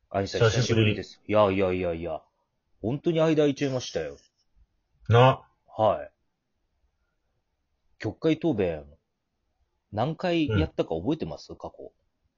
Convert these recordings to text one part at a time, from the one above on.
兄さん久しぶりです。いやいやいやいや。本当に間空いちゃいましたよ。 な、 はい。曲会答弁、何回うん。 やったか覚えてます過去。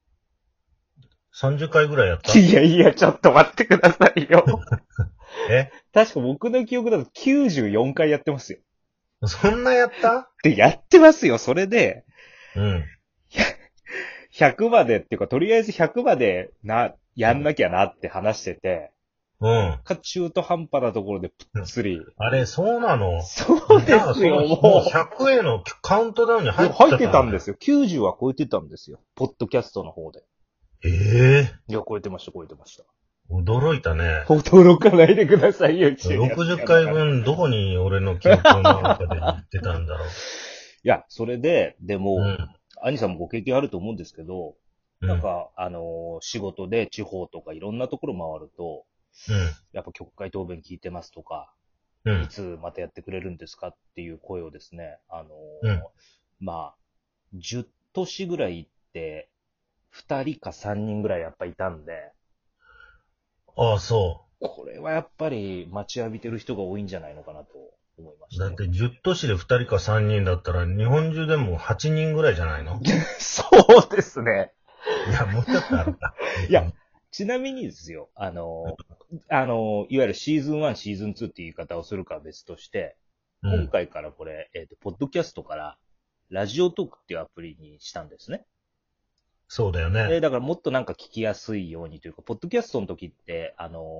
30回ぐらいやった。 いやいや、ちょっと待ってくださいよ。 え確か僕の記憶だと94回やってますよ。 そんなやった？ で、やってますよ。それで、 うん。 100までっていうか、とりあえず100までやんなきゃなって話してて、 うん。 中途半端なところでぷっつり。 あれ、そうなの？ そうでじゃあ、 すよ、 もうも 100へのカウントダウンにう。 入っちゃ入ってったんだよ。 たんですよ。90は超えてたんですよ。ポッドキャストの方で。 ええいや、超えてました、超えてました。 驚いたね。 驚かないでくださいよ、中学 60 生だから。 回分、どこに俺の記憶の中で言ってたんだろいや、それで、でう。うも、 ん。 兄さんもご経験あると思うんですけど、 うん。 仕事で地方とかいろんなところ回ると、 うん。 やっぱ曲会答弁聞いてますとか、いうん。 つまたやってくれるんですかっていう声をですね、 うん。 まあ、10都市ぐらい行って、2人か3人ぐらいやっぱいたんで、 ああ、そこれはやっぱり待ちわびてる人が多いんじゃないのかなと思いましう。だたよ。 って10都市で2人か3人だったら、日本中でも8人ぐらいじゃないの？ そうですね。 いや、もうちょっとあるか。 いや、ちなみにですよ、いわゆるシーズン1、シーズン2っていう言い方をするかは別として、今うん。 回からこれ、ポッドキャストから、ラジオトークっていうアプリにしたんですね。 そうだよね。 だからもっとなんか聞きやすいようにというか、ポッドキャストの時って、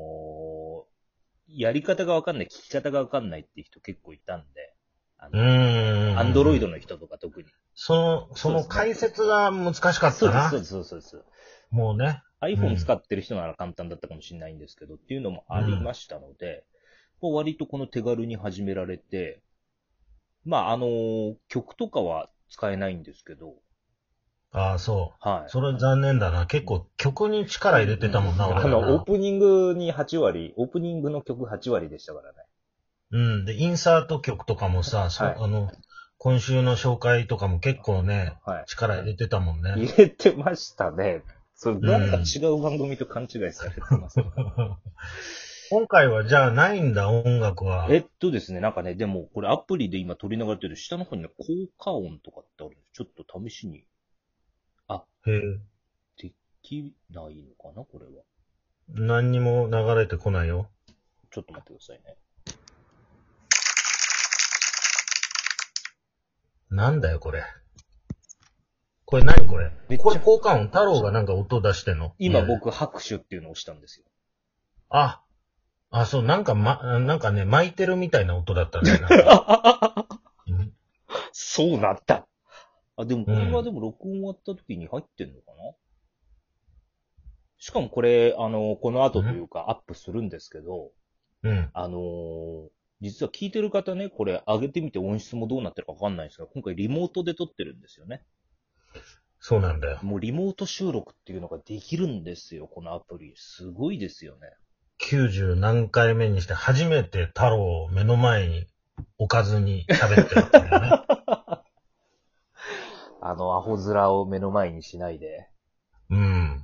やり方がわかんない、聞き方がわかんないっていう人結構いたんで、 うーアンドロイドん。 の人とか特に。 そそうですね。 の解説が難しかっそうです、そうたな。 です、そうです。 もうね。う iPhone 使ん。 ってる人なら簡単だったかもしれないんですけど、っていうのもありうん。 ましたので、割とこの手軽に始められて、曲とかは使えないんですけど、 ああ、そう。 はい。 それ残念だな。結構曲に力入れてたもんな、俺らオーな。 プニングに8割、オープニングの曲8割でしたからね。 うん。で、インサート曲とかもさ、 はい。 今週の紹介とかも結構ね、 はい。 力入れてたもんね。 入れてましたね。それ、 うなんかん。 違う番組と勘違いされてます。 今回はじゃあないんだ、音楽は。 ですね、なんかね、でも、これアプリで今取り流れてる下の方にね、効果音とかってあるんです。ちょっと試しに。あ、 へえ。 できないのかなこれは。 何にも流れてこないよ。 ちょっと待ってくださいね。 なんだよ、これ。これ何これ？これめっちゃ、 効果音、太郎がなんか音出してんの？家で。 今僕拍手っていうのを押したんですよ。 あ、そう、なんかね、巻いてるみたいな音だったね、なんか。うん。 そうなった。でもこれはうん。 でも録音終わった時に入ってんのかな。しかもこれ、この後というかアップするんですけど、 うん。 あのー実は聞いてる方ね、これ上げてみて音質もどうなってるかわかんないんですが、今回リモートで撮ってるんですよね。 そうなんだよ。 もうリモート収録っていうのができるんですよ、このアプリ。すごいですよね。 90何回目にして初めて太郎を目の前に置かずに喋ってるっていうね。 アホ面を目の前にしないで。 うん。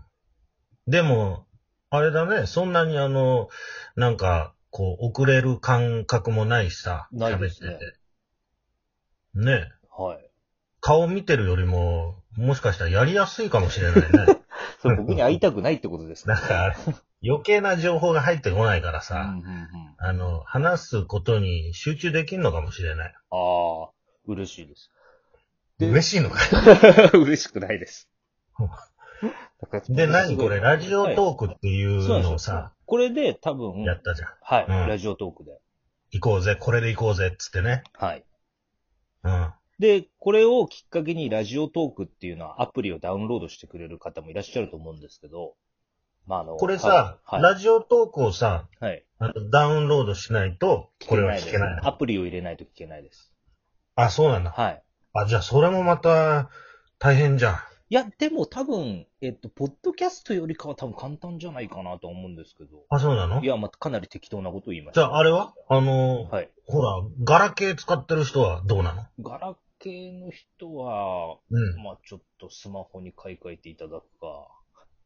でも、あれだね、そんなになんか、こう、遅れる感覚もないしさ、 ないですね。 喋ってて。ね。 はい。 顔見てるよりも、もしかしたらやりやすいかもしれないね。 それ僕に会いたくないってことですか？ なんか、余計な情報が入ってこないからうん、うん、 さ、 うん。 話すことに集中できるのかもしれない。 ああ、嬉しいです。で、 嬉しいのか嬉しくないです。だからい？で、何これ、 すごいな。 ラジオはい。 トークっていうそうなんですよ。 のをさ、 これで多分、 やったじゃん。 はい。 うん。 ラジオトークで。 行こうぜ、これで行こうぜ、っつってね。 はい。 うん。 で、これをきっかけにラジオトークっていうのはアプリをダウンロードしてくれる方もいらっしゃると思うんですけど、 これはい。 さ、 はい。 ラジオトークをさ、 はい。 ダウンロードしないと、 聞これはけないです。 聞けないの？ アプリを入れないと聞けないです。 あ、そうなんだ。 はい。 じゃあそれもまた、大変じゃん。 いや、でも多分、ポッドキャストよりかは多分簡単じゃないかなと思うんですけど。 そうなの？ いや、かなり適当なことを言いましたよ。 じゃああれははい。 ほら、ガラケー使ってる人はどうなの？ ガラケーの人は、 うん。 ちょっとスマホに買い替えていただくか。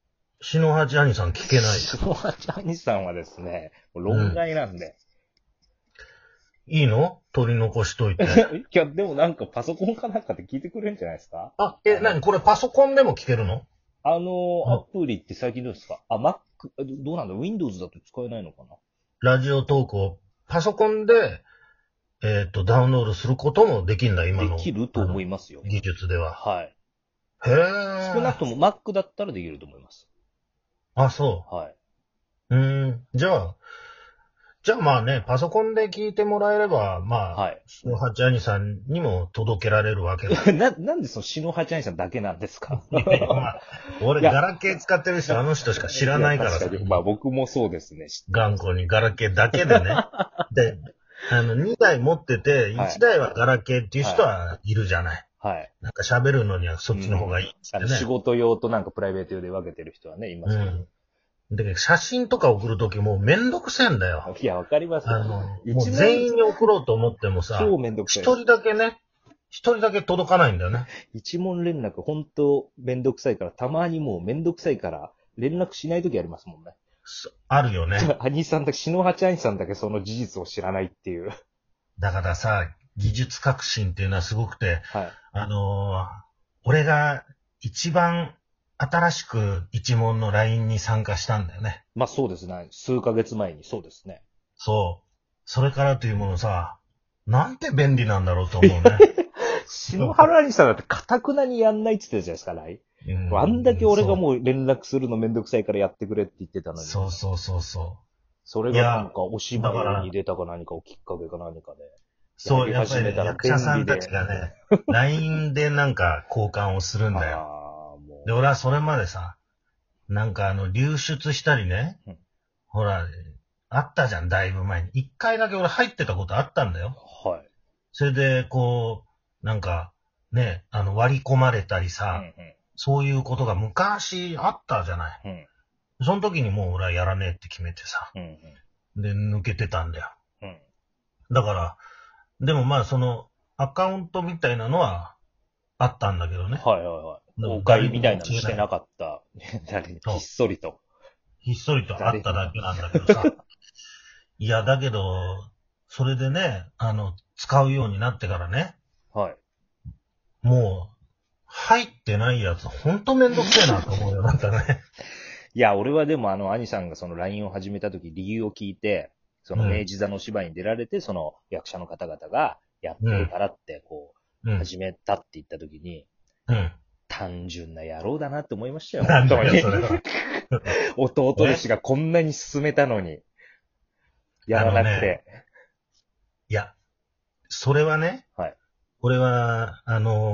篠八兄さん聞けないよ。 篠八兄さんはですね、論外なんで。 いいの取り残しといて。 いや、でもなんかパソコンかなんかで聞いてくれるんじゃないですか？ 何これパソコンでも聞けるの？ アプリって最近どうですか？Mac、どうなんだ ?Windows だと使えないのかな？ ラジオトークをパソコンで、ダウンロードすることもできるんだ、今の。 できると思いますよ。 技術では。 はい。 へえ。 少なくとも Mac だったらできると思います。 あ、そはい。 う。じゃあまあね、パソコンで聞いてもらえれば、まあ、 はい。 篠八兄さんにも届けられるわけだ。 なんでその篠八兄さんだけなんですか？ いやいやまあ俺、 いやガラケー使ってる人、あの人しか知らないからさ。 確かにまあ僕もそうですね。 頑固にガラケーだけでね。で、2台持ってて、 はい 1台はガラケーっていう人はいるじゃない。 はい。 なんか喋るのにはそっちの方がいいっつってね。 仕事用となんかプライベート用で分けてる人はね、いますけど。 で、写真とか送るときもうめんどくせえんだよ。 いや、わかりますよ。 もう全員に送ろうと思ってもさ、 超めんどくさい。 一人だけ届かないんだよね。 一問連絡、ほんとめんどくさいから、たまにもうめんどくさいから、連絡しないときありますもんね。 あるよね。 兄さんだけ、篠八兄さんだけその事実を知らないっていう。 だからさ、技術革新っていうのはすごくて、 はい。 俺が一番新しく一問の LINE に参加したんだよね。 まあそうですね。数ヶ月前にそうですね。 そう。それからというものさ、なんて便利なんだろうと思うね。 篠原兄さんだって堅くなにやんないって言ってたじゃないですか、LINE。あんだけ俺がもう連絡するのめんどくさいからやってくれって言ってたのに。 そう。 それがなんかお芝居に出たか何かをきっかけか何かで。 そう、やっぱり、ね、役者さんたちがね、LINE でなんか交換をするんだよ。で、俺はそれまでさ、なんか流出したりね、ほら、あったじゃん、だいぶ前に。一回だけ俺入ってたことあったんだよ。 はい。 それで、こう、なんか、ね、割り込まれたりさ、そういうことが昔あったじゃない。その時にもう俺はやらねえって決めてさ、で、抜けてたんだよ。だから、でもまあその、アカウントみたいなのはあったんだけどね。 公開みたいなのしてなかった。ひっそりと。 ひっそりとあっただけなんだけどさ。いや、だけど、それでね、使うようになってからね。 はい。 もう、入ってないやつ、ほんとめんどくせえなと思うようになったね。 いや、俺はでも兄さんがその LINE を始めた時理由を聞いて、その明治座の芝居に出られて、その役者の方々がやってるからって、こう、始めたって言った時に、単純な野郎だなって思いましたよ。 なんだよ、それは。 弟弟子がこんなに進めたのに、やらなくて。 いや、それはね、俺は、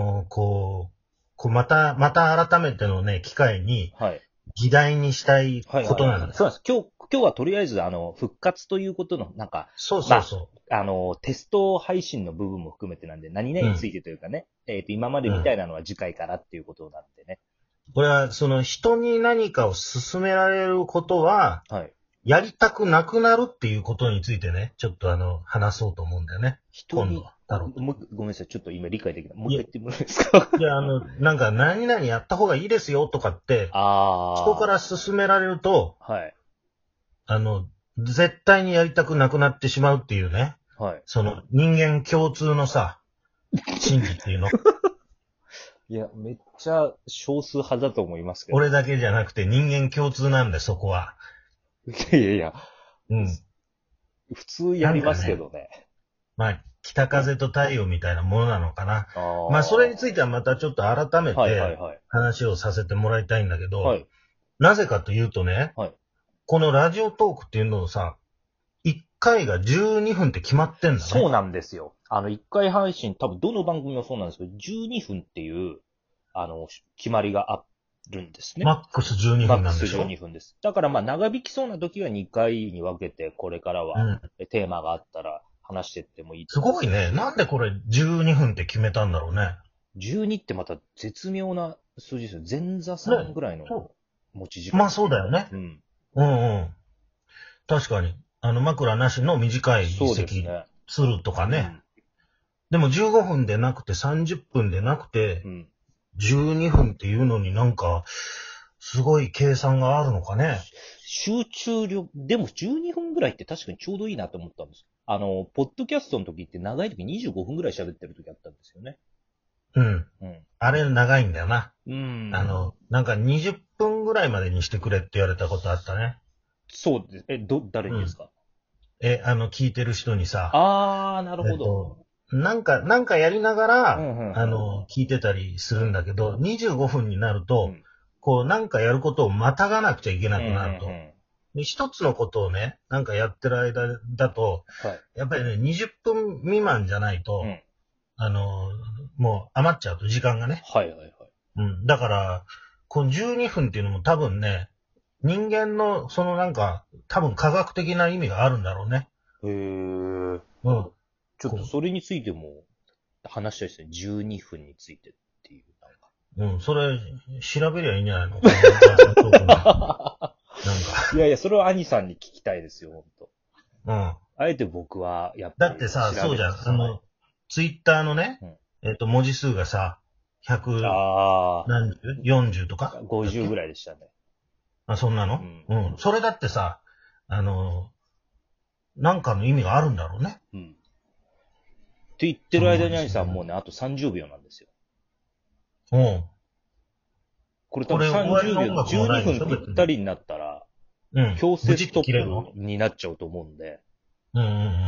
また改めてのね、機会に、議題にしたいことなんだ。 そうなんです。今日はとりあえず、復活ということの、なんか、 そう。 テスト配信の部分も含めてなんで、何々についてというかね、今までみたいなのは次回からっていうことなんでね。 これは、その人に何かを勧められることは、やりたくなくなるっていうことについてね、ちょっと話そうと思うんだよね。 今度は。ごめんなさい、ちょっと今理解できない。もう一回言ってもらえますか？ いや、なんか何々やった方がいいですよとかって、人から勧められると、絶対にやりたくなくなってしまうっていうね。その人間共通のさ、心理っていうの。 いや、めっちゃ少数派だと思いますけど。 俺だけじゃなくて人間共通なんで、そこは。 いや。普通やりますけどね。 まあ、北風と太陽みたいなものなのかな。まあ、それについてはまたちょっと改めて話をさせてもらいたいんだけど、なぜかというとね、このラジオトークっていうのをさ、1回が12分って決まってんだね。 そうなんですよ。1回配信、多分どの番組もそうなんですけど、12分っていう、決まりがあるんですね。 マックス12分なんでしょ？ マックス12分です。だからまあ長引きそうな時は2回に分けて、これからは、テーマがあったら話してってもいいすごいね。なんでこれ12分って決めたんだろうね。 12ってまた絶妙な数字ですよ。前座さんぐらいの持ち時間。 まあそうだよね。確かに。枕なしの短い一席するとかね。でも15分でなくて30分でなくて、12分っていうのになんか、 すごい計算があるのかね。 集中力、でも12分ぐらいって確かにちょうどいいなと思ったんです。ポッドキャストの時って長い時25分ぐらい喋ってる時あったんですよね。 うん。うん。あれ長いんだよな。 うん。 なんか20分ぐらいまでにしてくれって言われたことあったね。 そうです。誰にですか？ 聞いてる人にさ。 なるほど。 なんかやりながら、聞いてたりするんだけど、25分になると、こう、なんかやることをまたがなくちゃいけなくなると。で一つのことをね、なんかやってる間だと、やっぱりね、20分未満じゃないと、もう余っちゃうと、時間がね。だから、この12分っていうのも多分ね、人間の、多分科学的な意味があるんだろうね。 ちょっとそれについても話したいですね。12分についてっていう。 それ、調べりゃいいんじゃないのいやいや、それは兄さんに聞きたいですよ、本当。あえて僕は、やっぱり。だってさ、そうじゃん。ツイッターのね、文字数がさ、40とか ?50 ぐらいでしたね。 そんなの？それだってさ、なんかの意味があるんだろうね。 って言ってる間に兄さんもうね、あと30秒なんですよ。これ多分30秒、12分ぴったりになったら、強制ストップになっちゃうと思うんで。 じ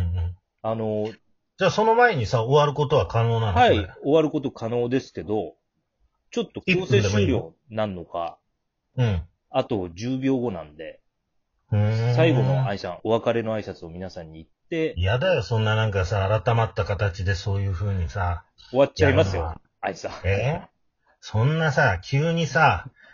ゃあその前にさ、終わることは可能なの？ はい、終わること可能ですけど、ちょっと強制終了なんのか、あと10秒後なんで、最後のお別れの挨拶を皆さんに言って。 嫌だよ、そんななんかさ、改まった形でそういう風にさ。 終わっちゃいますよ、愛さん。 そんなさ、急にさ、